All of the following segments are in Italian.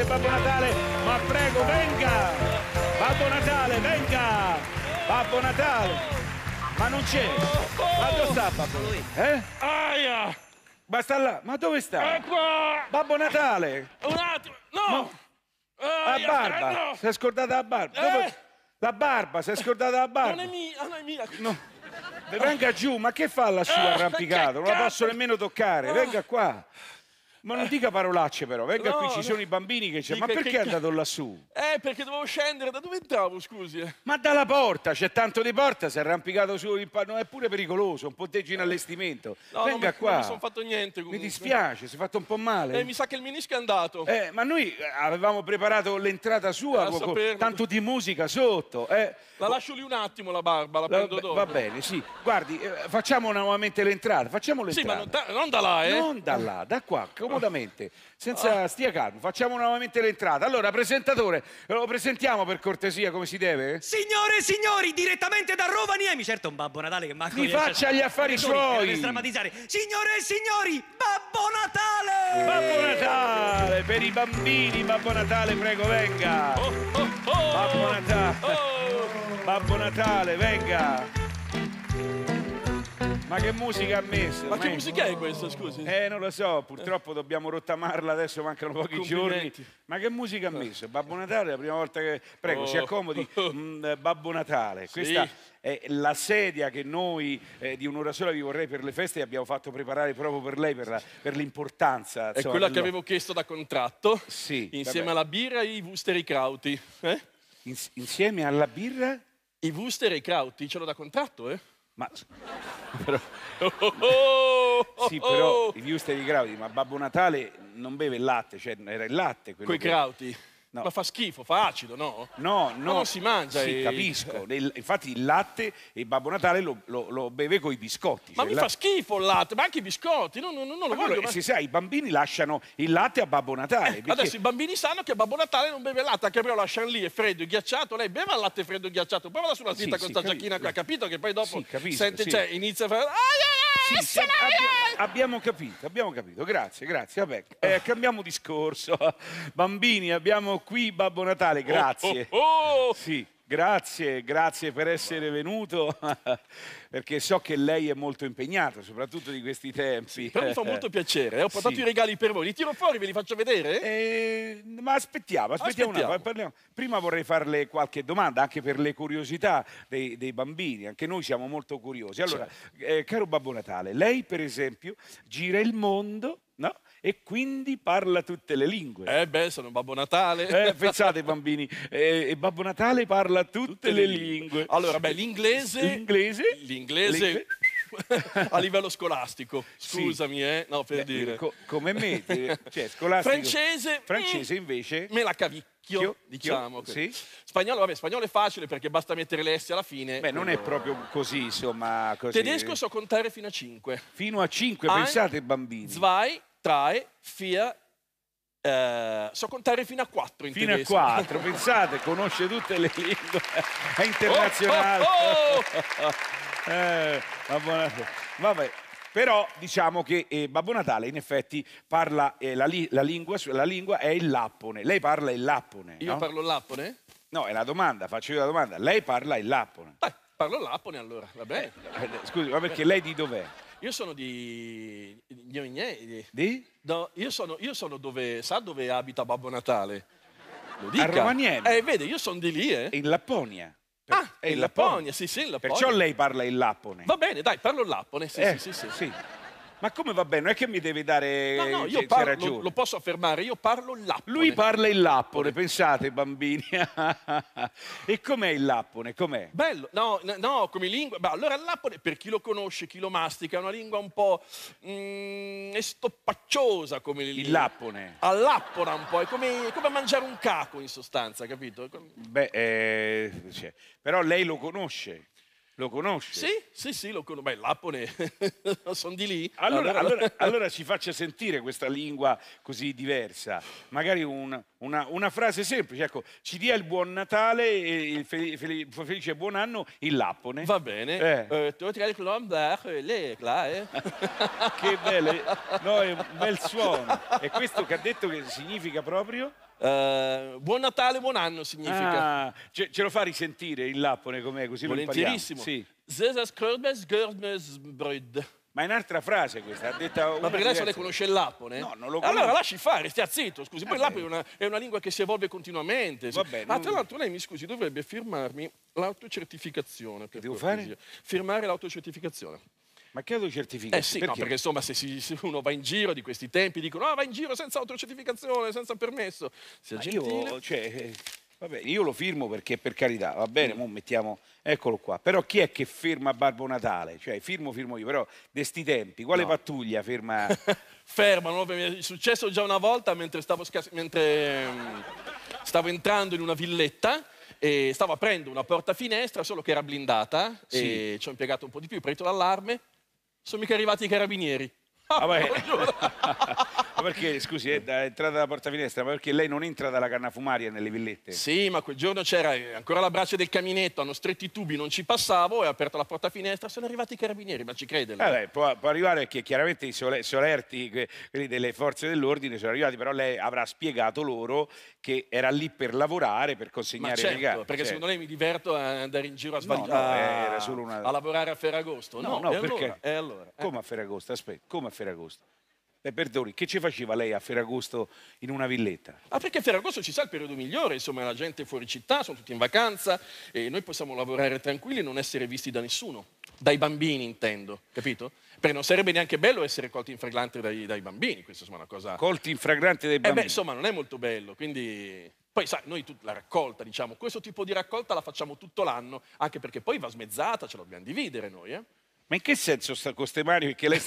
grazie Babbo Natale, ma prego venga! Babbo Natale, venga! Babbo Natale! Ma non c'è! Ma dove sta Babbo? Aia! Ma sta là, ma dove sta? È qua! Babbo Natale! Un attimo! No! La barba! No. Si è scordata la barba! Dove... La barba, si è scordata la barba! Non è mia! No. Venga giù, ma che fa lassù arrampicato? Non la posso nemmeno toccare, venga qua. Ma non dica parolacce però, venga qui, ci sono i bambini che c'è. Ma perché è andato lassù? Perché dovevo scendere, da dove entravo, scusi? Ma dalla porta, c'è tanto di porta, si è arrampicato su, non è pure pericoloso, un ponteggio in allestimento. No, venga qua. Non mi sono fatto niente comunque. Mi dispiace, si è fatto un po' male. Mi sa che il minisco è andato. Ma noi avevamo preparato l'entrata sua, con tanto di musica sotto. La lascio lì un attimo la barba, la prendo dopo. Va bene, sì. Guardi, facciamo nuovamente l'entrata, facciamo l'entrata. Sì, ma non da là, Non da là, da qua, comodamente. Senza stia calmo, facciamo nuovamente l'entrata. Allora, presentatore, lo presentiamo per cortesia come si deve? Signore e signori, direttamente da Rovaniemi. Certo, un Babbo Natale che manco Mi faccia gli affari suoi. Per strammatizzare. Signore e signori, Babbo Natale! Babbo Natale, per i bambini, Babbo Natale, prego, venga. Babbo Natale. Babbo Natale, venga! Ma che musica ha messo? Ma che musica è questa, scusi? Non lo so, purtroppo dobbiamo rottamarla, adesso mancano pochi giorni. Ma che musica ha messo? Babbo Natale, la prima volta che... Prego, si accomodi. Babbo Natale. Questa è la sedia che noi di Un'ora sola vi vorrei per le feste abbiamo fatto preparare proprio per lei, per l'importanza. È quella che avevo chiesto da contratto? Sì. Insieme alla birra e i wuster e i krauti. Insieme alla birra? I wuster e i krauti, ce l'ho da contratto, Ma però, sì, però i wuster e i krauti, ma Babbo Natale non beve il latte, cioè era il latte quello. Coi krauti? No. Ma fa schifo, fa acido, no? No. Ma non si mangia. Sì, capisco. Infatti il latte e Babbo Natale lo beve coi biscotti. Ma mi fa schifo il latte, ma anche i biscotti, non lo voglio. Ma... Si sa, i bambini lasciano il latte a Babbo Natale. Perché... Adesso i bambini sanno che Babbo Natale non beve il latte, anche perché lo lasciano lì, è freddo, è ghiacciato, lei beve il latte freddo e ghiacciato, poi vada sulla zitta con sta giacchina qui, ha capito che poi dopo sente, cioè, inizia a fare... Abbiamo capito, grazie. Vabbè, cambiamo discorso. Bambini, abbiamo qui Babbo Natale, grazie. Sì, grazie per essere venuto, perché so che lei è molto impegnato, soprattutto di questi tempi. Sì, però mi fa molto piacere, ho portato i regali per voi, li tiro fuori, ve li faccio vedere? Ma aspettiamo. Prima vorrei farle qualche domanda, anche per le curiosità dei bambini, anche noi siamo molto curiosi. Allora, caro Babbo Natale, lei per esempio gira il mondo, no? E quindi parla tutte le lingue. Sono Babbo Natale. Pensate bambini, Babbo Natale parla tutte le lingue. Allora, l'inglese a livello scolastico. Scusami, no, per dire. Come me, cioè scolastico. Francese invece me la cavicchio, diciamo. Sì. Spagnolo è facile perché basta mettere le S alla fine. Non è proprio così, insomma. Così. Tedesco so contare fino a 5. Fino a 5, pensate bambini. 2, 3, 4. So contare fino a 4 in tedesco. Fino a 4, pensate, conosce tutte le lingue. È internazionale. Vabbè. Però diciamo che Babbo Natale in effetti parla la lingua è il lappone. Lei parla il lappone. Io parlo il lappone? No, è la domanda, faccio io la domanda. Lei parla il lappone. Parlo il lappone allora, va bene. Scusi, ma perché lei di dov'è? Io sono di... Di? No, io sono dove... Sa dove abita Babbo Natale? Lo dica. A Rovaniemi? Vede, io sono di lì, In Lapponia. È in Lapponia, sì, in Lapponia. Perciò lei parla il lappone. Va bene, dai, parlo il lappone, sì. Ma come va bene? Non è che mi deve dare no, io parlo, lo posso affermare, io parlo il lappone. Lui parla il lappone, pensate bambini. E com'è il lappone? Com'è? Bello, no, come lingua. Beh, allora il lappone, per chi lo conosce, chi lo mastica, è una lingua un po' stoppacciosa come lingua. Il lappone? Allappona un po', è come mangiare un caco in sostanza, capito? Però lei lo conosce. Lo conosce? Sì, lo conosco. Beh, il lappone, sono di lì. Allora ci faccia sentire questa lingua così diversa. Magari un Una frase semplice, ecco, ci dia il buon Natale e il felice buon anno in lappone. Va bene. Che bello, no, è un bel suono. E questo che ha detto che significa proprio? Buon Natale, buon anno significa. Ah, ce lo fa risentire il lappone com'è, così lo impariamo. Volentierissimo. Sì. Brud. Ma è un'altra frase questa, ha detta Ma perché adesso lei conosce il lappone? No, non lo conosco. Allora lasci fare, stia zitto, scusi. Poi il lappone è una lingua che si evolve continuamente. Va bene. Tra l'altro lei, mi scusi, dovrebbe firmarmi l'autocertificazione. Per devo cortesia. fare? Firmare l'autocertificazione. Ma che autocertificazione? Sì, perché? No, perché insomma se uno va in giro di questi tempi, dicono va in giro senza autocertificazione, senza permesso. Sia gentile. Vabbè, io lo firmo perché per carità, va bene, mo mettiamo, eccolo qua. Però chi è che firma Babbo Natale? Cioè, firmo io, però di sti tempi, quale pattuglia firma? Fermano, è successo già una volta mentre stavo entrando in una villetta e stavo aprendo una porta finestra, solo che era blindata, e ci ho impiegato un po' di più, preso l'allarme, sono mica arrivati i carabinieri. Ma perché, scusi, è entrata dalla porta finestra, ma perché lei non entra dalla canna fumaria nelle villette? Sì, ma quel giorno c'era ancora la braccia del caminetto, hanno stretto i tubi, non ci passavo, ho aperto la porta finestra, sono arrivati i carabinieri, ma ci crede? Può arrivare perché chiaramente i solerti, quelli delle forze dell'ordine sono arrivati, però lei avrà spiegato loro che era lì per lavorare, per consegnare i regali. Perché secondo lei mi diverto a andare in giro a era solo a lavorare a Ferragosto? No, perché? Allora? Come a Ferragosto? Aspetta, come a Ferragosto? Perdoni, che ci faceva lei a Ferragosto in una villetta? Perché a Ferragosto ci sa il periodo migliore, insomma la gente è fuori città, sono tutti in vacanza e noi possiamo lavorare tranquilli e non essere visti da nessuno, dai bambini intendo, capito? Perché non sarebbe neanche bello essere colti in flagrante dai bambini, questa insomma è una cosa... Colti in flagrante dai bambini? Insomma non è molto bello, quindi... Poi sai, noi la raccolta, diciamo, questo tipo di raccolta la facciamo tutto l'anno, anche perché poi va smezzata, ce la dobbiamo dividere noi, Ma in che senso con queste mani? Perché lei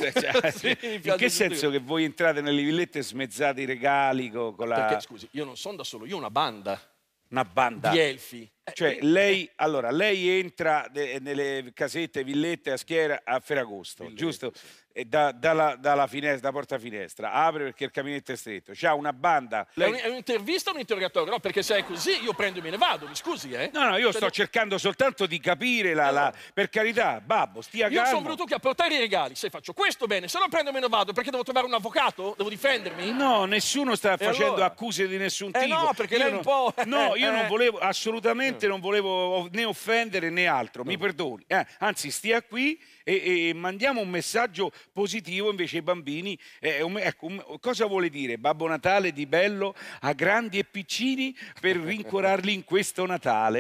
in che senso che voi entrate nelle villette e smezzate i regali con la... Perché, scusi, io non sono da solo, io ho una banda. Una banda? Di elfi. Cioè, lei entra nelle casette, villette a schiera a Ferragosto, giusto? Sì. E dalla finestra, da porta finestra, apre perché il caminetto è stretto, c'ha una banda. È un'intervista o un interrogatorio? No, perché se è così io prendo e me ne vado, mi scusi, No, io sto cercando soltanto di capire per carità, babbo, stia calmo. Io sono venuto qui a portare i regali, se faccio questo bene, se no prendo e me ne vado, perché devo trovare un avvocato? Devo difendermi? No, nessuno sta facendo accuse di nessun tipo. No, perché lei un po'... No, io non volevo, assolutamente non volevo né offendere né altro, mi perdoni. Anzi, stia qui e mandiamo un messaggio positivo invece ai bambini. Cosa vuole dire Babbo Natale di bello a grandi e piccini per rincuorarli in questo Natale?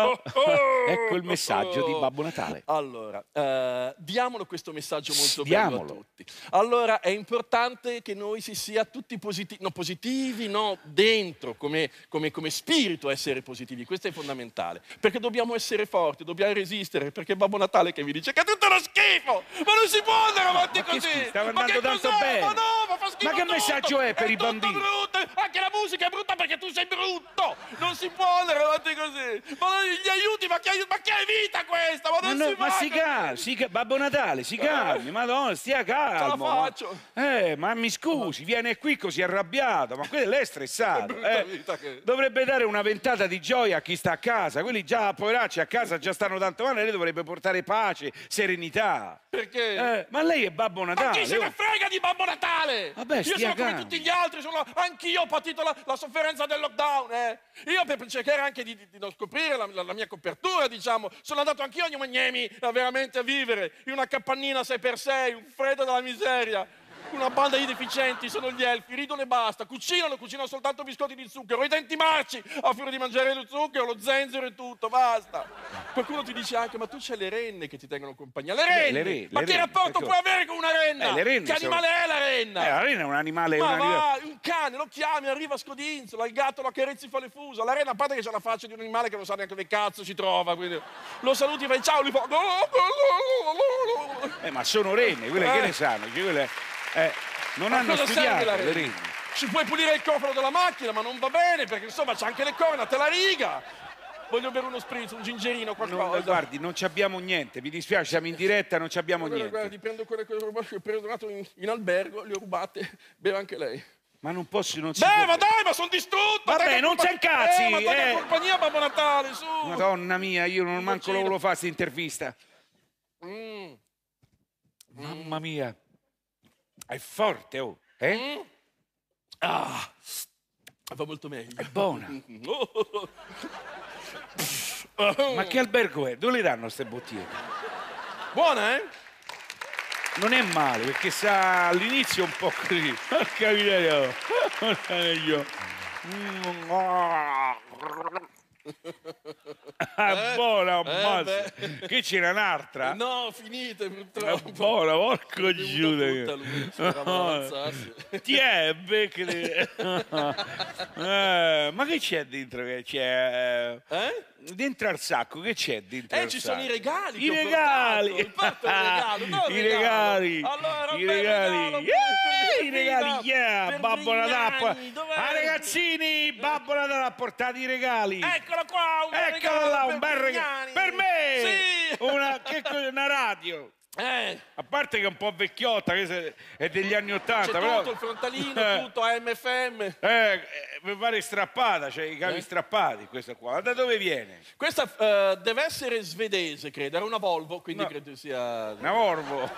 Ecco il messaggio di Babbo Natale. Allora, diamolo questo messaggio molto bello a tutti. Allora, è importante che noi si sia tutti positivi, dentro, come spirito essere positivi. Questo è fondamentale, perché dobbiamo essere forti, dobbiamo resistere, perché Babbo Natale che vi dice che è tutto uno schifo, ma non si può andare avanti così. Stava andando tanto bene. Ma che messaggio è per i bambini? Brutto. Anche la musica è brutta perché tu sei brutto. Non si può andare avanti così. Ma gli aiuti, ma che vita questa? Ma si calmi, Babbo Natale, si calmi, Madonna, stia calmo. Ce la faccio. Ma mi scusi, viene qui così arrabbiato, ma lei è stressato. Dovrebbe dare una ventata di gioia a chi sta a casa. Quelli già, poveracci, a casa già stanno tanto male, lei dovrebbe portare pace, serenità. Perché? Ma lei è Babbo Natale. Ma chi se ne frega di Babbo Natale? Vabbè, io sono come tutti gli altri, anch'io ho patito la sofferenza del lockdown. Io per cercare anche di non scoprire la mia copertura, diciamo, sono andato anch'io a Gnomagnemi veramente a vivere in una capannina 6x6, un freddo della miseria. Una banda di deficienti, sono gli elfi, ridono e basta, cucinano soltanto biscotti di zucchero, i denti marci, a furia di mangiare lo zucchero, lo zenzero e tutto, basta. Qualcuno ti dice anche, ma tu c'hai le renne che ti tengono compagnia. Le renne? Ma che rapporto puoi avere con una renna? Che animale è la renna? La renna è un animale... un cane, lo chiami, arriva scodinzola, il gatto lo accarezzi, fa le fusa. La renna, a parte che c'ha la faccia di un animale che non sa neanche dove cazzo si trova, quindi lo saluti, fai ciao, gli fa... ma sono renne, quelle che ne sanno? Non hanno studiato le renne. Ci puoi pulire il cofano della macchina, ma non va bene, perché insomma c'è anche le corna, te la riga. Voglio bere uno spritz, un gingerino, qualcosa. Guardi, non ci abbiamo niente, mi dispiace, siamo in diretta, non ci abbiamo niente. Guardi, prendo quelle che ho perdonato in albergo, le ho rubate, beve anche lei. Ma non posso, non si Beh, può. ma dai, ma sono distrutto! Vabbè, non c'è incazzi! Ma dai compagnia, Babbo Natale, su! Madonna mia, io non manco lo volevo fare questa intervista. Mamma mia. È forte, oh. Ah, va molto meglio. È buona. Ma che albergo è? Dove le danno queste bottiglie? Buona, eh? Non è male, perché sa all'inizio un po' così. Porca miseria. È buona, ammazza. Che c'era un'altra? No, finite purtroppo. È buona, porco giuda. Ti è, ma che c'è dentro? Che c'è? Dentro al sacco, che c'è dentro? Ci sono i regali. I regali! I regali! Allora, I regali! I regali! Yeah! Babbo Natale! Ragazzini, Babbo Natale ha portato i regali! Eccolo qua! Eccolo là, un bel regalo! Per me! Sì! Una radio! A parte che è un po' vecchiotta, che è degli anni '80, c'è però... tutto, il frontalino, tutto, AMFM. Mi pare strappata, c'è i cavi strappati, questa qua. Da dove viene? Questa deve essere svedese, credo, era una Volvo, quindi credo sia... Una Volvo!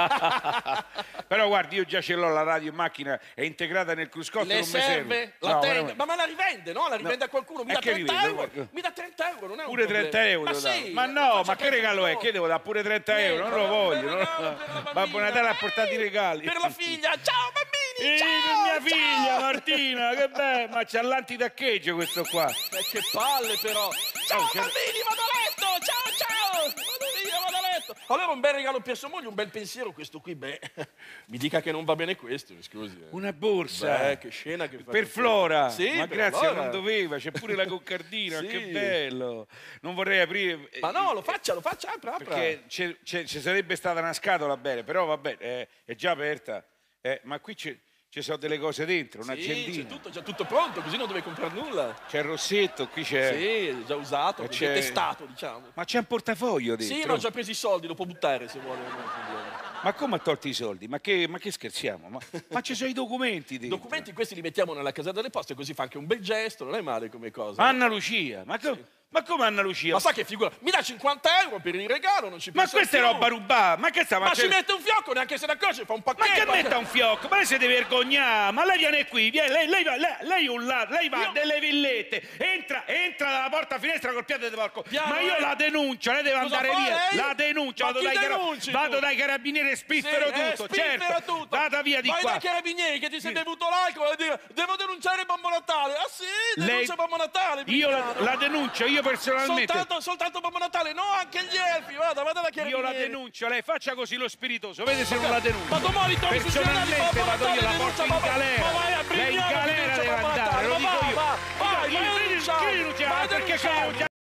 Però guardi, io già ce l'ho la radio in macchina, è integrata nel cruscotto, Le non mi serve? La tenga. Ma la rivende, no? La rivende a qualcuno, mi dà 30 euro. Mi dà 30 euro, non è un pure problema. 30 euro? Ma sì! Ma no, ma che regalo è? Che devo dare pure 30 euro? Non lo voglio. Babbo Natale ha portato i regali. Per la figlia, ciao bambini! Ciao, per mia figlia Martina, che bello! Ma c'ha l'antitaccheggio questo qua. Che palle però! Ciao bambini, vado a letto! Ciao, ciao! Vado via, vado a letto! Allora un bel regalo per sua moglie, un bel pensiero, questo qui, mi dica che non va bene questo, scusi. Una borsa. Che scena che fa. Per Flora. Sì, ma per grazie, Flora. non doveva, c'è pure la coccardina, Sì. che bello. Non vorrei aprire. Ma no, lo faccia, apra. Perché ci sarebbe stata una scatola bene, però vabbè, è già aperta. Ma qui ci sono delle cose dentro, un'agendina. C'è tutto pronto, così non deve comprare nulla. C'è il rossetto, qui c'è. Sì, è già usato, è testato, diciamo. Ma c'è un portafoglio dentro. Sì, ma ho già preso i soldi, lo può buttare se vuole. Non è un problema. Ma come ha tolto i soldi? Ma che scherziamo? Ma ci sono i documenti dentro. I documenti questi li mettiamo nella casetta delle poste, così fa anche un bel gesto, non è male come cosa. Anna Lucia, ma come Anna Lucia? Ma sa che figura? Mi dà 50 euro per il regalo, non ci Ma pensa questa è più. roba rubata, ma che sta Ma ci mette un fiocco, neanche se ne accorge, fa un pacchetto. Ma che metta un fiocco? Ma lei si deve vergognare, ma lei viene qui, lei va delle villette, entra dalla porta finestra col piede di porco. Ma io la denuncio, lei deve andare via. La denuncio, vado dai carabinieri e spiffero tutto, certo. Vada via di qua. Vai dai carabinieri che ti sei bevuto l'alcol e dire devo denunciare Babbo Natale. Ah sì, denuncia Babbo Natale. Io la denuncio, io personalmente. Soltanto Babbo Natale, no, anche gli elfi, vada da carabinieri. Io la denuncio, lei faccia così lo spiritoso, vede se non la denuncio. Ma domani torni sui giornali, personalmente vado io, la porto in galera. Lei in galera deve andare, lo dico io. Vai, Che denunciare? Perché